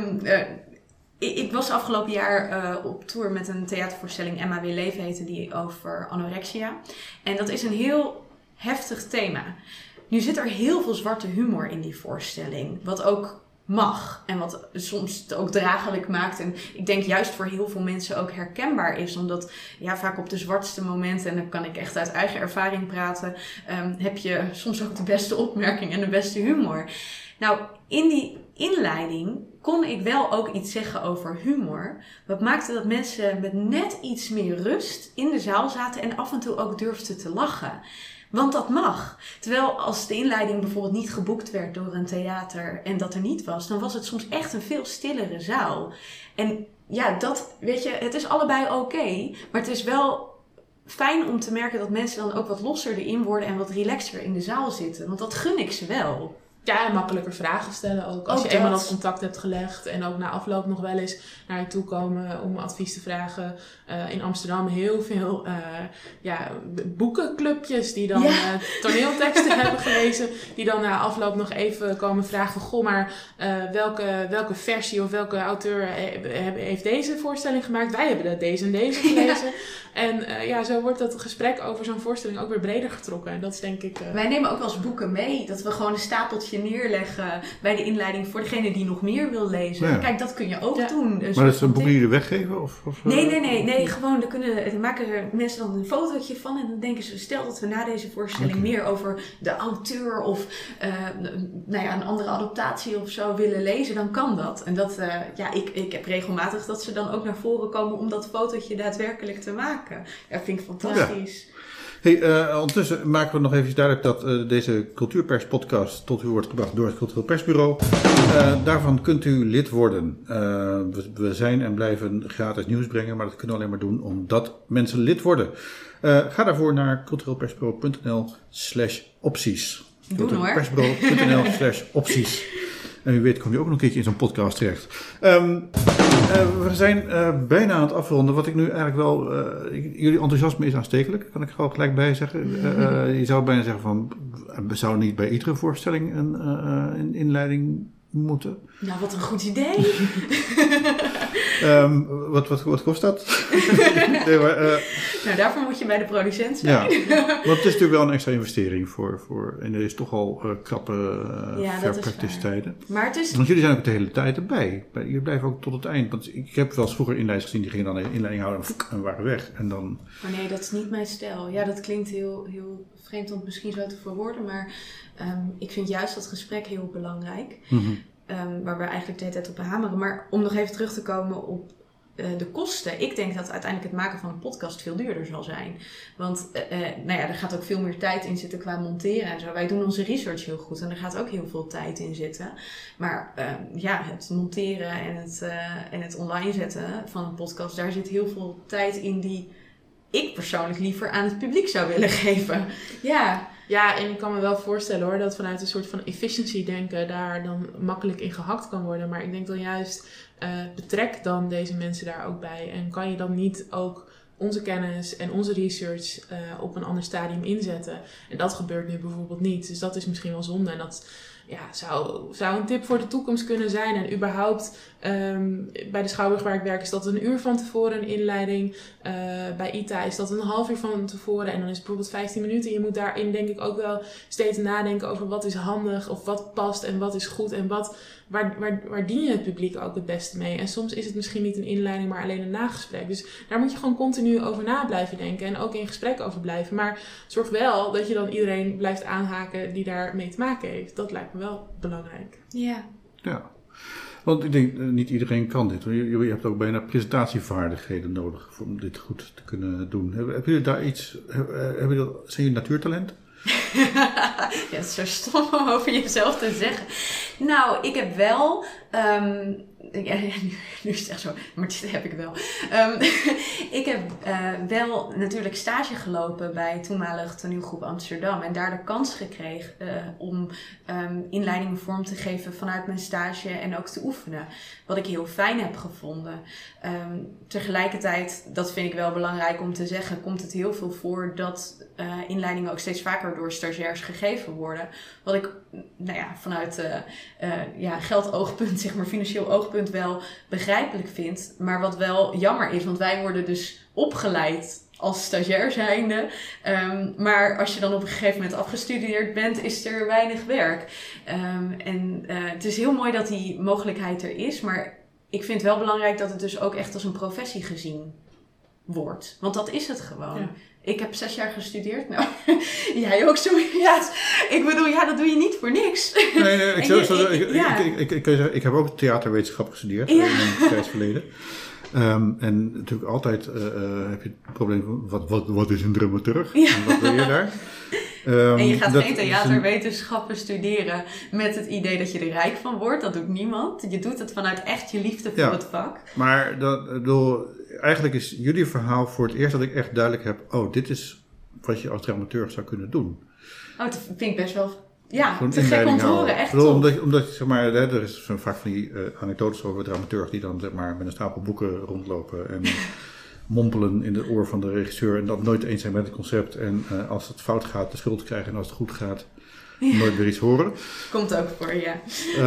Speaker 2: ik was afgelopen jaar op tour met een theatervoorstelling, Emma Weer Leven heette die, over anorexia. En dat is een heel heftig thema. Nu zit er heel veel zwarte humor in die voorstelling, wat ook mag en wat soms het ook draaglijk maakt. En ik denk juist voor heel veel mensen ook herkenbaar is, omdat vaak op de zwartste momenten, en dan kan ik echt uit eigen ervaring praten, heb je soms ook de beste opmerking en de beste humor. Nou, in die inleiding kon ik wel ook iets zeggen over humor. Wat maakte dat mensen met net iets meer rust in de zaal zaten en af en toe ook durfden te lachen. Want dat mag. Terwijl als de inleiding bijvoorbeeld niet geboekt werd door een theater en dat er niet was, dan was het soms echt een veel stillere zaal. En het is allebei oké, maar het is wel fijn om te merken dat mensen dan ook wat losser erin worden en wat relaxer in de zaal zitten. Want dat gun ik ze wel.
Speaker 3: Ja, en makkelijker vragen stellen ook. Als je eenmaal dat contact hebt gelegd en ook na afloop nog wel eens naar je toe komen om advies te vragen. In Amsterdam heel veel boekenclubjes die dan toneelteksten hebben gelezen. Die dan na afloop nog even komen vragen van, maar welke versie of welke auteur heeft deze voorstelling gemaakt? Wij hebben deze en deze gelezen. En zo wordt dat gesprek over zo'n voorstelling ook weer breder getrokken. En dat is denk ik...
Speaker 2: Wij nemen ook wel eens boeken mee. Dat we gewoon een stapeltje neerleggen bij de inleiding voor degene die nog meer wil lezen. Ja. Kijk, dat kun je ook doen.
Speaker 1: Maar dat is een boek die jullie weggeven? Of
Speaker 2: Nee, gewoon, daar maken er mensen dan een fotootje van en dan denken ze, stel dat we na deze voorstelling meer over de auteur of een andere adaptatie of zo willen lezen, dan kan dat. En dat, ik heb regelmatig dat ze dan ook naar voren komen om dat fotootje daadwerkelijk te maken. Ja, vind ik fantastisch. Ja.
Speaker 1: Hey, ondertussen maken we nog even duidelijk dat deze Cultuurpers podcast tot u wordt gebracht door het Cultureel Persbureau. Daarvan kunt u lid worden. We zijn en blijven gratis nieuws brengen, maar dat kunnen we alleen maar doen omdat mensen lid worden. Ga daarvoor naar cultureelpersbureau.nl/opties. cultureelpersbureau.nl/opties. En wie weet kom je ook nog een keertje in zo'n podcast terecht. We zijn bijna aan het afronden. Wat ik nu eigenlijk wel... jullie enthousiasme is aanstekelijk, kan ik er al gelijk bij zeggen. Je zou bijna zeggen van... We zouden niet bij iedere voorstelling een inleiding moeten.
Speaker 2: Nou, wat een goed idee.
Speaker 1: Wat kost dat?
Speaker 2: Nee, maar, nou, daarvoor moet je bij de producent zijn.
Speaker 1: Ja, want het is natuurlijk wel een extra investering voor en er is toch al krappe verpraktische
Speaker 2: Maar het is...
Speaker 1: Want jullie zijn ook de hele tijd erbij. Jullie blijven ook tot het eind. Want ik heb wel eens vroeger inleiders gezien, die gingen dan een inleiding houden en waren weg. En dan...
Speaker 2: Maar nee, dat is niet mijn stijl. Ja, dat klinkt heel vreemd om het misschien zo te verwoorden, maar ik vind juist dat gesprek heel belangrijk.
Speaker 1: Mm-hmm.
Speaker 2: Waar we eigenlijk de hele tijd op hameren. Maar om nog even terug te komen op de kosten. Ik denk dat uiteindelijk het maken van een podcast veel duurder zal zijn. Want er gaat ook veel meer tijd in zitten qua monteren en zo. Wij doen onze research heel goed en er gaat ook heel veel tijd in zitten. Maar het monteren en het online zetten van een podcast, daar zit heel veel tijd in die ik persoonlijk liever aan het publiek zou willen geven. Ja.
Speaker 3: Ja, en ik kan me wel voorstellen hoor, dat vanuit een soort van efficiency denken daar dan makkelijk in gehakt kan worden. Maar ik denk dan juist, betrek dan deze mensen daar ook bij. En kan je dan niet ook onze kennis en onze research op een ander stadium inzetten. En dat gebeurt nu bijvoorbeeld niet. Dus dat is misschien wel zonde. En dat zou een tip voor de toekomst kunnen zijn. En überhaupt bij de Schouwburg waar ik werk is dat 1 uur van tevoren een inleiding. Bij ITA is dat 1,5 uur van tevoren. En dan is het bijvoorbeeld 15 minuten. Je moet daarin denk ik ook wel steeds nadenken over wat is handig. Of wat past en wat is goed. En waar dien je het publiek ook het beste mee. En soms is het misschien niet een inleiding, maar alleen een nagesprek. Dus daar moet je gewoon continu over na blijven denken. En ook in gesprek over blijven. Maar zorg wel dat je dan iedereen blijft aanhaken die daar mee te maken heeft. Dat lijkt me wel belangrijk.
Speaker 2: Ja.
Speaker 1: Ja. Want ik denk, niet iedereen kan dit. Je hebt ook bijna presentatievaardigheden nodig om dit goed te kunnen doen. Hebben jullie daar iets... zijn jullie natuurtalent?
Speaker 2: Ja, het is zo stom om over jezelf te zeggen. Nou, ik heb wel... nu is het echt zo, maar dit heb ik wel. Ik heb wel natuurlijk stage gelopen bij toenmalig toneelgroep Amsterdam. En daar de kans gekregen om inleidingen vorm te geven vanuit mijn stage en ook te oefenen. Wat ik heel fijn heb gevonden. Tegelijkertijd, dat vind ik wel belangrijk om te zeggen, komt het heel veel voor dat inleidingen ook steeds vaker door stagiairs gegeven worden. Wat ik vanuit geldoogpunt, zeg maar financieel oogpunt wel begrijpelijk vind. Maar wat wel jammer is, want wij worden dus opgeleid als stagiair zijnde. Maar als je dan op een gegeven moment afgestudeerd bent, is er weinig werk. Het is heel mooi dat die mogelijkheid er is, maar ik vind wel belangrijk dat het dus ook echt als een professie gezien wordt. Want dat is het gewoon. Ja. Ik heb 6 jaar gestudeerd. Nou, jij ook zo. Ja, ik bedoel, dat doe je niet voor niks.
Speaker 1: Nee, ik heb ook theaterwetenschap gestudeerd in een tijd verleden. En natuurlijk altijd heb je het probleem van wat is een dramaturg? Ja. En wat wil je daar?
Speaker 2: En je gaat geen theaterwetenschappen studeren met het idee dat je er rijk van wordt. Dat doet niemand. Je doet het vanuit echt je liefde voor het vak.
Speaker 1: Maar eigenlijk is jullie verhaal voor het eerst dat ik echt duidelijk heb... dit is wat je als dramaturg zou kunnen doen.
Speaker 2: Dat vind ik best wel... Ja, te gek om te horen. Echt
Speaker 1: omdat zeg maar, er is vaak van die anekdotes over dramaturg die dan zeg maar, met een stapel boeken rondlopen en mompelen in het oor van de regisseur en dat nooit eens zijn met het concept. En als het fout gaat, de schuld krijgen en als het goed gaat, nooit meer iets horen.
Speaker 2: Komt ook voor, ja.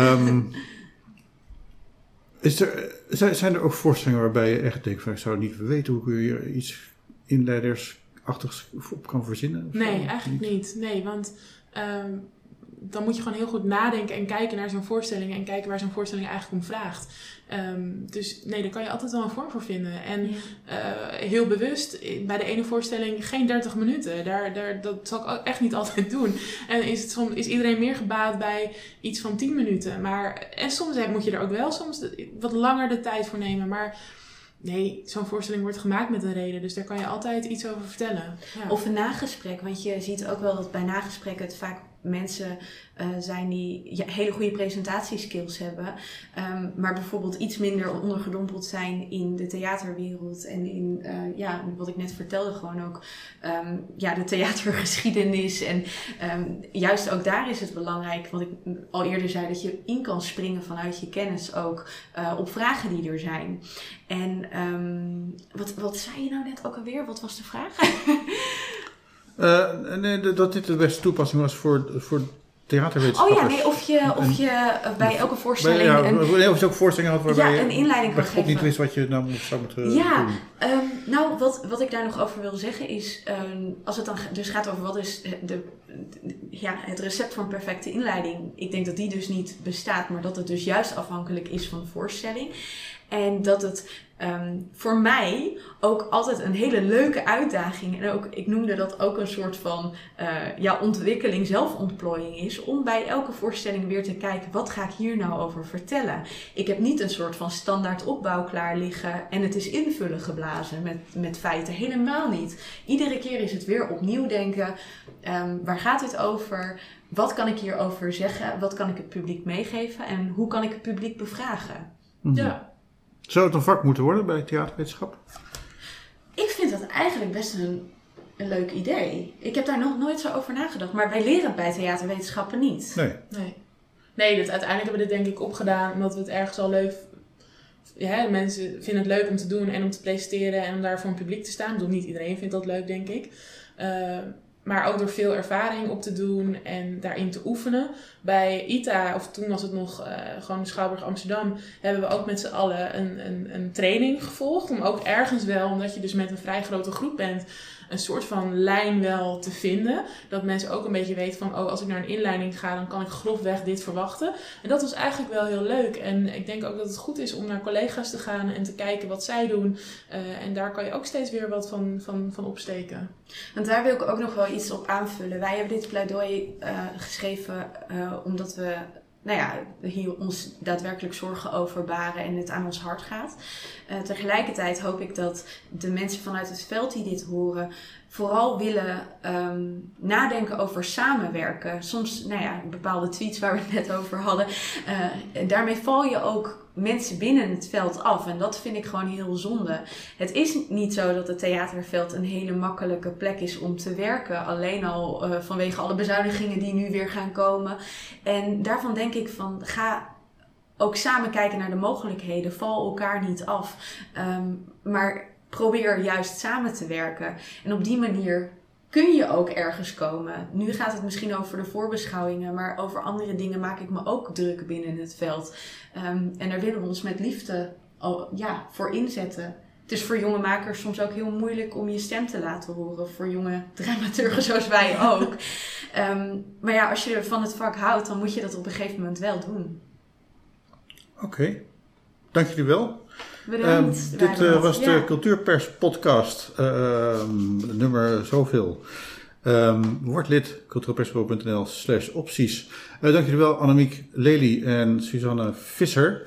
Speaker 1: Zijn er ook voorstellingen waarbij je echt denkt van ik zou niet weten hoe kun je iets inleidersachtigs op kan verzinnen?
Speaker 3: Nee, eigenlijk niet. Nee, want dan moet je gewoon heel goed nadenken en kijken naar zo'n voorstelling en kijken waar zo'n voorstelling eigenlijk om vraagt. Dus nee, daar kan je altijd wel een vorm voor vinden. En heel bewust, bij de ene voorstelling geen 30 minuten. Dat zal ik ook echt niet altijd doen. En is iedereen meer gebaat bij iets van 10 minuten. En soms moet je er ook wel soms wat langer de tijd voor nemen. Maar nee, zo'n voorstelling wordt gemaakt met een reden. Dus daar kan je altijd iets over vertellen. Ja.
Speaker 2: Of een nagesprek. Want je ziet ook wel dat bij nagesprekken het vaak mensen zijn die hele goede presentatieskills hebben. Maar bijvoorbeeld iets minder ondergedompeld zijn in de theaterwereld. En in, wat ik net vertelde, gewoon ook de theatergeschiedenis. En juist ook daar is het belangrijk, wat ik al eerder zei, dat je in kan springen vanuit je kennis ook op vragen die er zijn. En wat zei je nou net ook alweer? Wat was de vraag?
Speaker 1: Dat dit de beste toepassing was voor theaterwetenschappers.
Speaker 2: Of je bij elke voorstelling...
Speaker 1: of je ook voorstellingen had waarbij
Speaker 2: een inleiding
Speaker 1: je
Speaker 2: kan geven.
Speaker 1: niet wist wat je nou zou moeten doen.
Speaker 2: Wat ik daar nog over wil zeggen is... als het dan dus gaat over wat is het recept van perfecte inleiding. Ik denk dat die dus niet bestaat, maar dat het dus juist afhankelijk is van de voorstelling. En dat het voor mij ook altijd een hele leuke uitdaging, en ook, ik noemde dat ook een soort van ontwikkeling, zelfontplooiing is, om bij elke voorstelling weer te kijken, wat ga ik hier nou over vertellen? Ik heb niet een soort van standaard opbouw klaar liggen en het is invullen geblazen met feiten. Helemaal niet. Iedere keer is het weer opnieuw denken, waar gaat het over? Wat kan ik hierover zeggen? Wat kan ik het publiek meegeven? En hoe kan ik het publiek bevragen?
Speaker 1: Mm-hmm.
Speaker 3: Ja.
Speaker 1: Zou het een vak moeten worden bij theaterwetenschap?
Speaker 2: Ik vind dat eigenlijk best een leuk idee. Ik heb daar nog nooit zo over nagedacht. Maar wij leren het bij theaterwetenschappen niet.
Speaker 3: Nee, uiteindelijk hebben we dit denk ik opgedaan omdat we het ergens al leuk... Ja, mensen vinden het leuk om te doen en om te presenteren en om daar voor een publiek te staan. Ik bedoel, niet iedereen vindt dat leuk, denk ik. Maar ook door veel ervaring op te doen en daarin te oefenen. Bij ITA, of toen was het nog gewoon in Schouwburg Amsterdam, hebben we ook met z'n allen een training gevolgd. Om ook ergens wel, omdat je dus met een vrij grote groep bent, een soort van lijn wel te vinden. Dat mensen ook een beetje weten van, als ik naar een inleiding ga, dan kan ik grofweg dit verwachten. En dat was eigenlijk wel heel leuk. En ik denk ook dat het goed is om naar collega's te gaan en te kijken wat zij doen. En daar kan je ook steeds weer wat van opsteken.
Speaker 2: Want daar wil ik ook nog wel iets op aanvullen. Wij hebben dit pleidooi geschreven omdat we hier ons daadwerkelijk zorgen over baren en het aan ons hart gaat. Tegelijkertijd hoop ik dat de mensen vanuit het veld die dit horen vooral willen nadenken over samenwerken. Soms, bepaalde tweets waar we het net over hadden. Daarmee val je ook mensen binnen het veld af. En dat vind ik gewoon heel zonde. Het is niet zo dat het theaterveld een hele makkelijke plek is om te werken. Alleen al vanwege alle bezuinigingen die nu weer gaan komen. En daarvan denk ik van, ga ook samen kijken naar de mogelijkheden. Val elkaar niet af. Maar probeer juist samen te werken. En op die manier kun je ook ergens komen. Nu gaat het misschien over de voorbeschouwingen, maar over andere dingen maak ik me ook druk binnen het veld. En daar willen we ons met liefde voor inzetten. Het is voor jonge makers soms ook heel moeilijk om je stem te laten horen. Voor jonge dramaturgen zoals wij ook. Maar als je van het vak houdt, dan moet je dat op een gegeven moment wel doen.
Speaker 1: Oké. Dank jullie wel.
Speaker 2: Bedankt.
Speaker 1: Dit was de Cultuurpers podcast, nummer zoveel. Word lid, culturepersbureau.nl/opties. Dank jullie wel, Annemiek Lely en Suzanne Visser.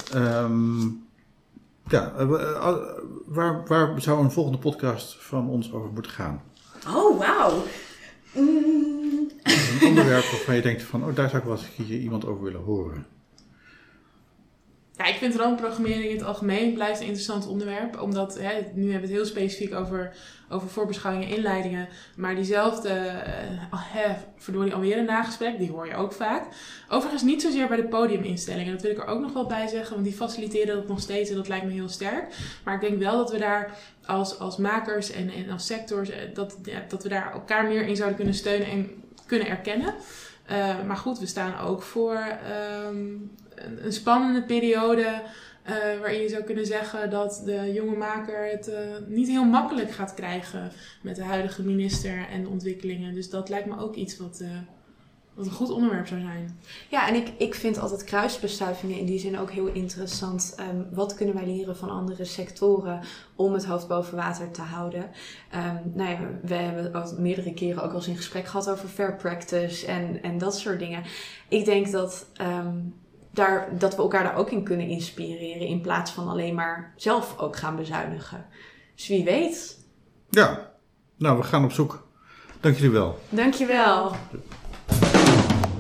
Speaker 1: Waar zou een volgende podcast van ons over moeten gaan?
Speaker 2: Oh, wauw.
Speaker 1: Een onderwerp waarvan je denkt van, daar zou ik wel eens hier iemand over willen horen.
Speaker 3: Ja, ik vind randprogrammering in het algemeen blijft een interessant onderwerp. Omdat, nu hebben we het heel specifiek over voorbeschouwingen en inleidingen. Maar diezelfde, verdorie alweer een nagesprek, die hoor je ook vaak. Overigens niet zozeer bij de podiuminstellingen. Dat wil ik er ook nog wel bij zeggen, want die faciliteren dat nog steeds en dat lijkt me heel sterk. Maar ik denk wel dat we daar als makers en als sectors, dat we daar elkaar meer in zouden kunnen steunen en kunnen erkennen. Maar goed, we staan ook voor een spannende periode waarin je zou kunnen zeggen dat de jonge maker het niet heel makkelijk gaat krijgen met de huidige minister en de ontwikkelingen. Dus dat lijkt me ook iets wat een goed onderwerp zou zijn. Ja, en ik vind altijd kruisbestuivingen in die zin ook heel interessant. Wat kunnen wij leren van andere sectoren om het hoofd boven water te houden? We hebben al meerdere keren ook al eens in gesprek gehad over fair practice en dat soort dingen. Ik denk dat we elkaar daar ook in kunnen inspireren in plaats van alleen maar zelf ook gaan bezuinigen. Dus wie weet. Ja, we gaan op zoek. Dank jullie wel. Dank je wel.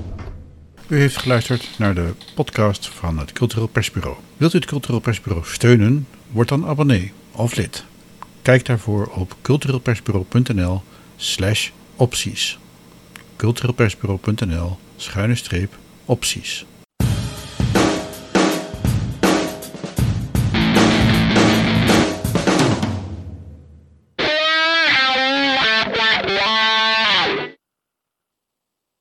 Speaker 1: U heeft geluisterd naar de podcast van het Cultureel Persbureau. Wilt u het Cultureel Persbureau steunen? Word dan abonnee of lid. Kijk daarvoor op cultureelpersbureau.nl/opties. cultureelpersbureau.nl/opties.